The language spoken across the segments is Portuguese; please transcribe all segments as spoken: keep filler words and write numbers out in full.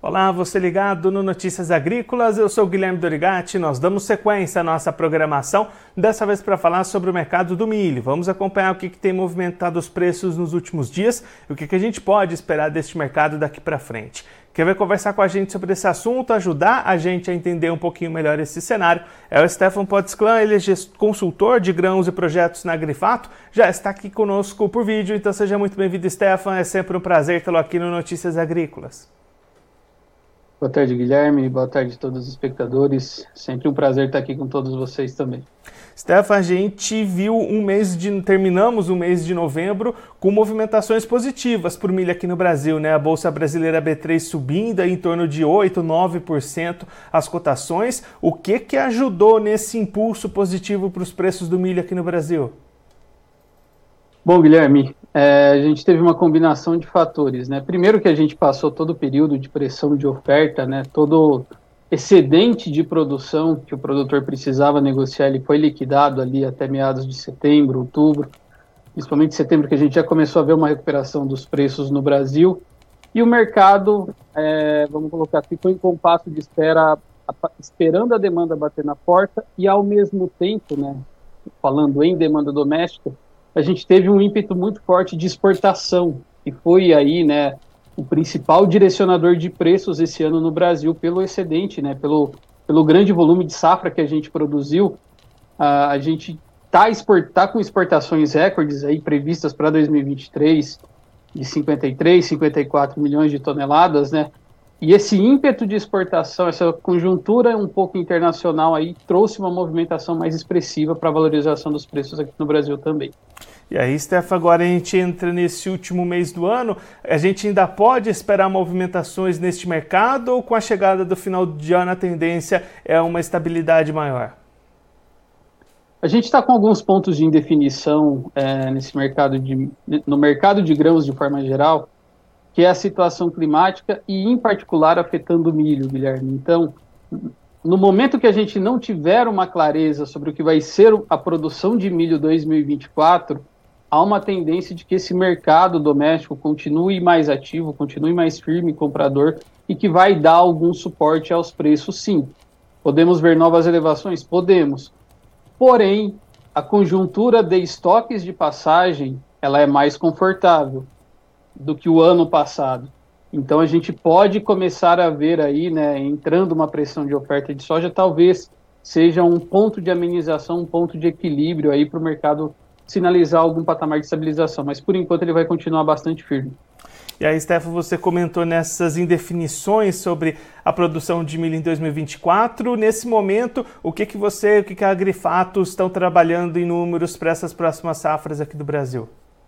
Olá, você ligado no Notícias Agrícolas, eu sou o Guilherme Dorigatti, nós damos sequência à nossa programação, dessa vez para falar sobre o mercado do milho. Vamos acompanhar o que, que tem movimentado os preços nos últimos dias e o que, que a gente pode esperar deste mercado daqui para frente. Quem vai conversar com a gente sobre esse assunto, ajudar a gente a entender um pouquinho melhor esse cenário, é o Stefan Podsclan, ele é consultor de grãos e projetos na Agrifato, já está aqui conosco por vídeo, então seja muito bem-vindo, Stefan, é sempre um prazer tê-lo aqui no Notícias Agrícolas. Boa tarde, Guilherme. Boa tarde a todos os espectadores. Sempre um prazer estar aqui com todos vocês também. Stefan, a gente viu um mês de... terminamos o mês de novembro com movimentações positivas por milho aqui no Brasil, né? A Bolsa Brasileira B três subindo em torno de oito, nove por cento as cotações. O que que ajudou nesse impulso positivo para os preços do milho aqui no Brasil? Bom, Guilherme, é, a gente teve uma combinação de fatores, né? Primeiro que a gente passou todo o período de pressão de oferta, né? Todo excedente de produção que o produtor precisava negociar, ele foi liquidado ali até meados de setembro, outubro, principalmente setembro, que a gente já começou a ver uma recuperação dos preços no Brasil, e o mercado, é, vamos colocar assim, foi em compasso de espera, esperando a demanda bater na porta, e ao mesmo tempo, né, falando em demanda doméstica, a gente teve um ímpeto muito forte de exportação, que foi aí, né, o principal direcionador de preços esse ano no Brasil pelo excedente, né, pelo, pelo grande volume de safra que a gente produziu. Uh, a gente está tá com exportações recordes aí previstas para dois mil e vinte e três, de cinquenta e três, cinquenta e quatro milhões de toneladas, né, e esse ímpeto de exportação, essa conjuntura um pouco internacional aí, trouxe uma movimentação mais expressiva para a valorização dos preços aqui no Brasil também. E aí, Stefan, agora a gente entra nesse último mês do ano, a gente ainda pode esperar movimentações neste mercado ou com a chegada do final de ano a tendência é uma estabilidade maior? A gente está com alguns pontos de indefinição é, nesse mercado de, no mercado de grãos de forma geral, que é a situação climática e, em particular, afetando o milho, Guilherme. Então, no momento que a gente não tiver uma clareza sobre o que vai ser a produção de milho dois mil e vinte e quatro, há uma tendência de que esse mercado doméstico continue mais ativo, continue mais firme, comprador, e que vai dar algum suporte aos preços, sim. Podemos ver novas elevações? Podemos. Porém, a conjuntura de estoques de passagem, ela é mais confortável do que o ano passado. Então a gente pode começar a ver aí, né, entrando uma pressão de oferta de soja, talvez seja um ponto de amenização, um ponto de equilíbrio aí para o mercado sinalizar algum patamar de estabilização, mas por enquanto ele vai continuar bastante firme. E aí, Stefan, você comentou nessas indefinições sobre a produção de milho em dois mil e vinte e quatro. Nesse momento, o que que você, o que que a Agrifato estão trabalhando em números para essas próximas safras aqui do Brasil?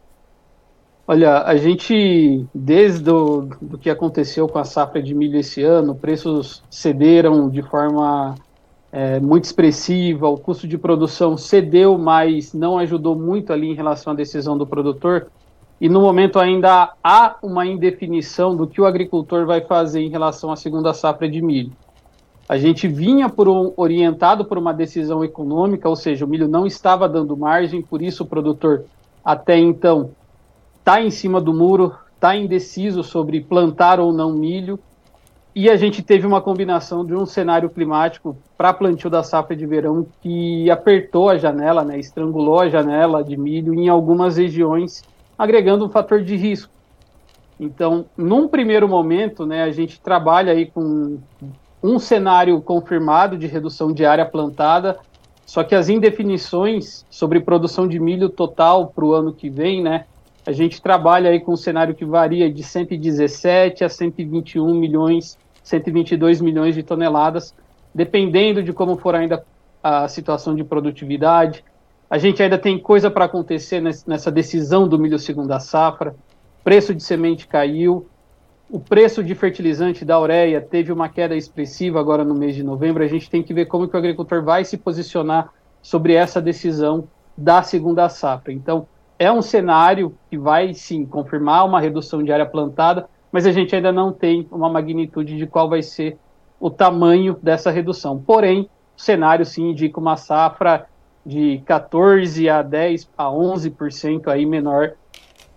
Olha, a gente, desde o do que aconteceu com a safra de milho esse ano, preços cederam de forma é, muito expressiva, o custo de produção cedeu, mas não ajudou muito ali em relação à decisão do produtor, e no momento ainda há uma indefinição do que o agricultor vai fazer em relação à segunda safra de milho. A gente vinha por um, orientado por uma decisão econômica, ou seja, o milho não estava dando margem, por isso o produtor até então está em cima do muro, está indeciso sobre plantar ou não milho, e a gente teve uma combinação de um cenário climático para plantio da safra de verão que apertou a janela, né, estrangulou a janela de milho em algumas regiões, agregando um fator de risco. Então, num primeiro momento, né, a gente trabalha aí com um cenário confirmado de redução de área plantada, só que as indefinições sobre produção de milho total para o ano que vem, né, a gente trabalha aí com um cenário que varia de cento e dezessete a cento e vinte e um milhões, cento e vinte e dois milhões de toneladas, dependendo de como for ainda a situação de produtividade. A gente ainda tem coisa para acontecer nessa decisão do milho segunda safra, preço de semente caiu, o preço de fertilizante da ureia teve uma queda expressiva agora no mês de novembro, a gente tem que ver como que o agricultor vai se posicionar sobre essa decisão da segunda safra. Então, é um cenário que vai, sim, confirmar uma redução de área plantada, mas a gente ainda não tem uma magnitude de qual vai ser o tamanho dessa redução. Porém, o cenário, sim, indica uma safra de quatorze a dez a onze por cento aí menor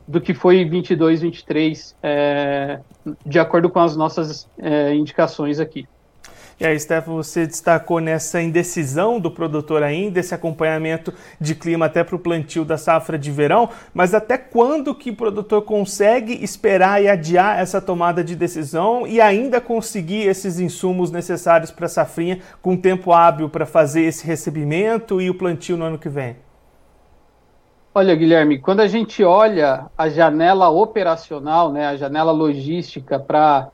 do que foi vinte e dois, vinte e três, é, de acordo com as nossas é, indicações aqui. E aí, Stefan, você destacou nessa indecisão do produtor ainda, esse acompanhamento de clima até para o plantio da safra de verão, mas até quando que o produtor consegue esperar e adiar essa tomada de decisão e ainda conseguir esses insumos necessários para a safrinha com tempo hábil para fazer esse recebimento e o plantio no ano que vem? Olha, Guilherme, quando a gente olha a janela operacional, né, a janela logística para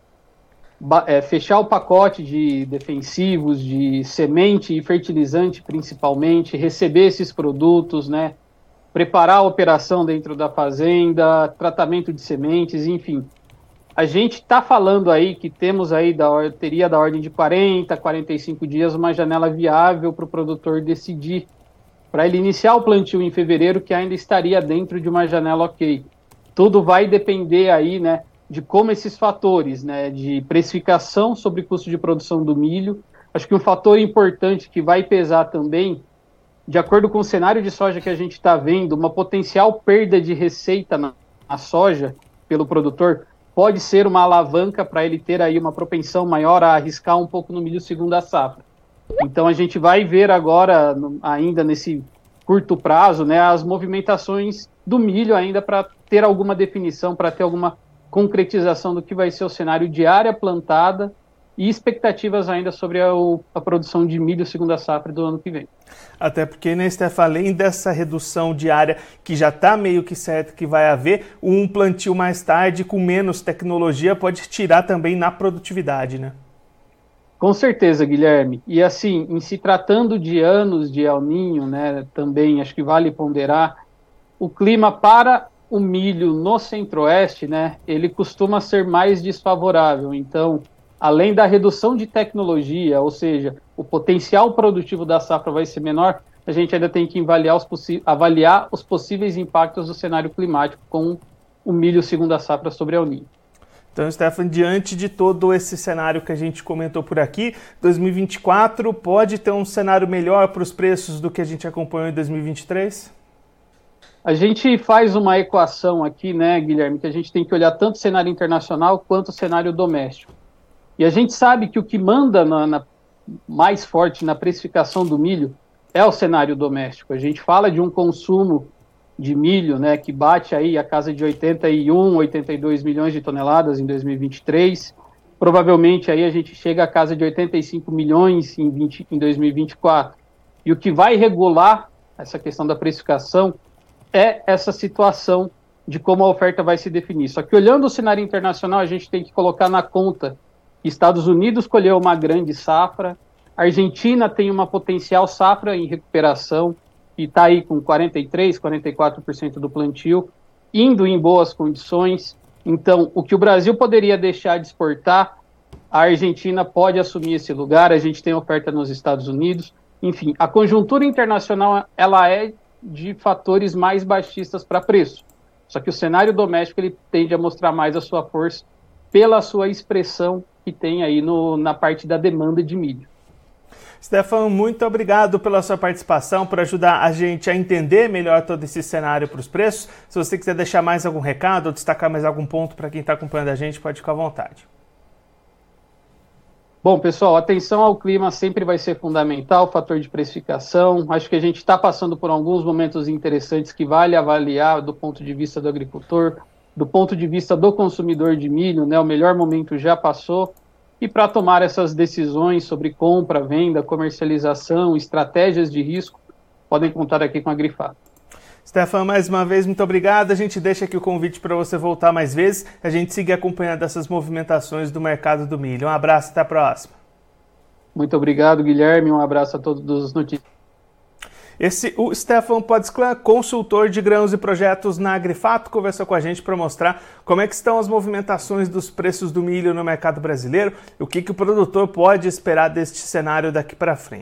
É, fechar o pacote de defensivos, de semente e fertilizante principalmente, receber esses produtos, né, preparar a operação dentro da fazenda, tratamento de sementes, enfim. A gente está falando aí que temos aí, da, teria da ordem de quarenta, quarenta e cinco dias, uma janela viável para o produtor decidir, para ele iniciar o plantio em fevereiro, que ainda estaria dentro de uma janela ok. Tudo vai depender aí, né, de como esses fatores, né, de precificação sobre custo de produção do milho. Acho que um fator importante que vai pesar também, de acordo com o cenário de soja que a gente está vendo, uma potencial perda de receita na, na soja pelo produtor pode ser uma alavanca para ele ter aí uma propensão maior a arriscar um pouco no milho segunda safra. Então a gente vai ver agora, no, ainda nesse curto prazo, né, as movimentações do milho ainda para ter alguma definição, para ter alguma concretização do que vai ser o cenário de área plantada e expectativas ainda sobre a, a produção de milho segunda safra do ano que vem. Até porque, né, Stefan, além dessa redução de área que já está meio que certo que vai haver, um plantio mais tarde com menos tecnologia pode tirar também na produtividade, né? Com certeza, Guilherme. E assim, em se tratando de anos de El Niño, né, também acho que vale ponderar, o clima para o milho no centro-oeste, né, ele costuma ser mais desfavorável. Então, além da redução de tecnologia, ou seja, o potencial produtivo da safra vai ser menor, a gente ainda tem que avaliar os, avaliar os possíveis impactos do cenário climático com o milho segunda safra sobre El Niño. Então, Stefan, diante de todo esse cenário que a gente comentou por aqui, dois mil e vinte e quatro pode ter um cenário melhor para os preços do que a gente acompanhou em dois mil e vinte e três? A gente faz uma equação aqui, né, Guilherme, que a gente tem que olhar tanto o cenário internacional quanto o cenário doméstico. E a gente sabe que o que manda na, na, mais forte na precificação do milho é o cenário doméstico. A gente fala de um consumo de milho, né, que bate aí a casa de oitenta e um, oitenta e dois milhões de toneladas em dois mil e vinte e três. Provavelmente aí a gente chega a casa de oitenta e cinco milhões em, vinte, em dois mil e vinte e quatro. E o que vai regular essa questão da precificação é essa situação de como a oferta vai se definir. Só que olhando o cenário internacional, a gente tem que colocar na conta que Estados Unidos colheu uma grande safra, a Argentina tem uma potencial safra em recuperação e está aí com quarenta e três por cento, quarenta e quatro por cento do plantio, indo em boas condições. Então, o que o Brasil poderia deixar de exportar, a Argentina pode assumir esse lugar, a gente tem oferta nos Estados Unidos. Enfim, a conjuntura internacional ela é de fatores mais baixistas para preço. Só que o cenário doméstico ele tende a mostrar mais a sua força pela sua expressão que tem aí no, na parte da demanda de milho. Stefan, muito obrigado pela sua participação, por ajudar a gente a entender melhor todo esse cenário para os preços. Se você quiser deixar mais algum recado ou destacar mais algum ponto para quem está acompanhando a gente, pode ficar à vontade. Bom, pessoal, atenção ao clima sempre vai ser fundamental, fator de precificação. Acho que a gente está passando por alguns momentos interessantes que vale avaliar do ponto de vista do agricultor, do ponto de vista do consumidor de milho, né? O melhor momento já passou. E para tomar essas decisões sobre compra, venda, comercialização, estratégias de risco, podem contar aqui com a Agrifato. Stefan, mais uma vez, muito obrigado. A gente deixa aqui o convite para você voltar mais vezes, a gente seguir acompanhando essas movimentações do mercado do milho. Um abraço, até a próxima. Muito obrigado, Guilherme. Um abraço a todos os notícias. Esse, o Stefan Podsclan, consultor de grãos e projetos na Agrifato, conversou com a gente para mostrar como é que estão as movimentações dos preços do milho no mercado brasileiro e o que, que o produtor pode esperar deste cenário daqui para frente.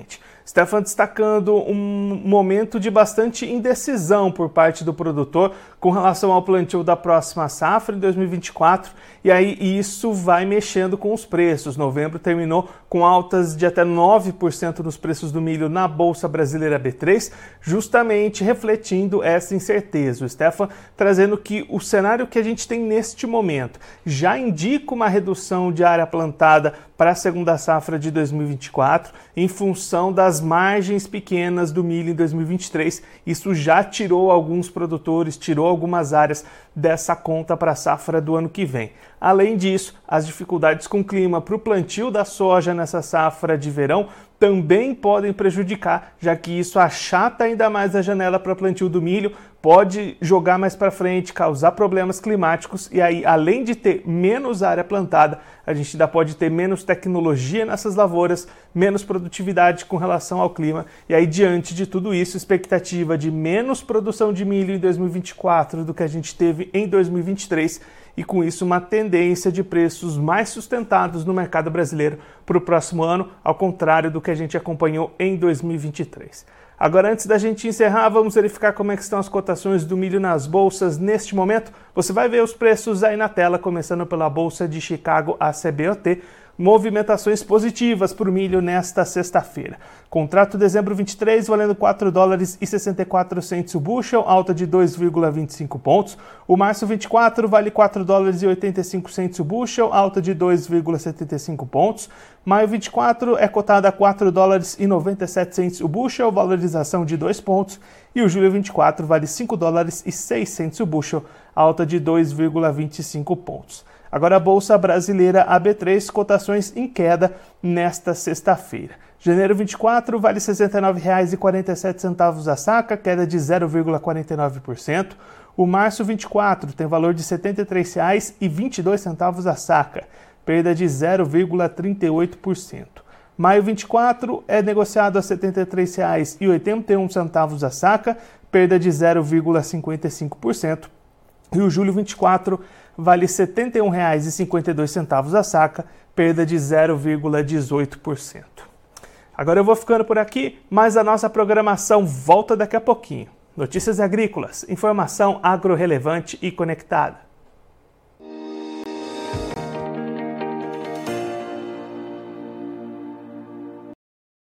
Stefan destacando um momento de bastante indecisão por parte do produtor com relação ao plantio da próxima safra em dois mil e vinte e quatro, e aí isso vai mexendo com os preços. Novembro terminou com altas de até nove por cento nos preços do milho na Bolsa Brasileira B três, justamente refletindo essa incerteza. O Stefan trazendo que o cenário que a gente tem neste momento já indica uma redução de área plantada para a segunda safra de dois mil e vinte e quatro, em função das margens pequenas do milho em dois mil e vinte e três. Isso já tirou alguns produtores, tirou algumas áreas dessa conta para a safra do ano que vem. Além disso, as dificuldades com o clima para o plantio da soja nessa safra de verão também podem prejudicar, já que isso achata ainda mais a janela para plantio do milho, pode jogar mais para frente, causar problemas climáticos, e aí, além de ter menos área plantada, a gente ainda pode ter menos tecnologia nessas lavouras, menos produtividade com relação ao clima, e aí, diante de tudo isso, expectativa de menos produção de milho em dois mil e vinte e quatro do que a gente teve em dois mil e vinte e três, e com isso uma tendência de preços mais sustentados no mercado brasileiro para o próximo ano, ao contrário do que a gente acompanhou em dois mil e vinte e três. Agora, antes da gente encerrar, vamos verificar como é que estão as cotações do milho nas bolsas neste momento. Você vai ver os preços aí na tela, começando pela Bolsa de Chicago, a C B O T. Movimentações positivas para o milho nesta sexta-feira. Contrato dezembro vinte e três valendo quatro dólares e sessenta e quatro centavos o bushel, alta de dois vírgula vinte e cinco pontos. O março vinte e quatro vale quatro dólares e oitenta e cinco centavos o bushel, alta de dois vírgula setenta e cinco pontos. Maio vinte e quatro é cotada a quatro dólares e noventa e sete centavos o bushel, valorização de dois pontos. E o julho vinte e quatro vale cinco dólares e seis centavos o bushel, alta de dois vírgula vinte e cinco pontos. Agora a Bolsa Brasileira A B três, cotações em queda nesta sexta-feira. Janeiro vinte e quatro vale sessenta e nove reais e quarenta e sete centavos a saca, queda de zero vírgula quarenta e nove por cento. O março vinte e quatro tem valor de setenta e três reais e vinte e dois centavos a saca, perda de zero vírgula trinta e oito por cento. Maio vinte e quatro é negociado a setenta e três reais e oitenta e um centavos a saca, perda de zero vírgula cinquenta e cinco por cento. E o julho vinte e quatro vale setenta e um reais e cinquenta e dois centavos a saca, perda de zero vírgula dezoito por cento. Agora eu vou ficando por aqui, mas a nossa programação volta daqui a pouquinho. Notícias agrícolas, informação agro-relevante e conectada.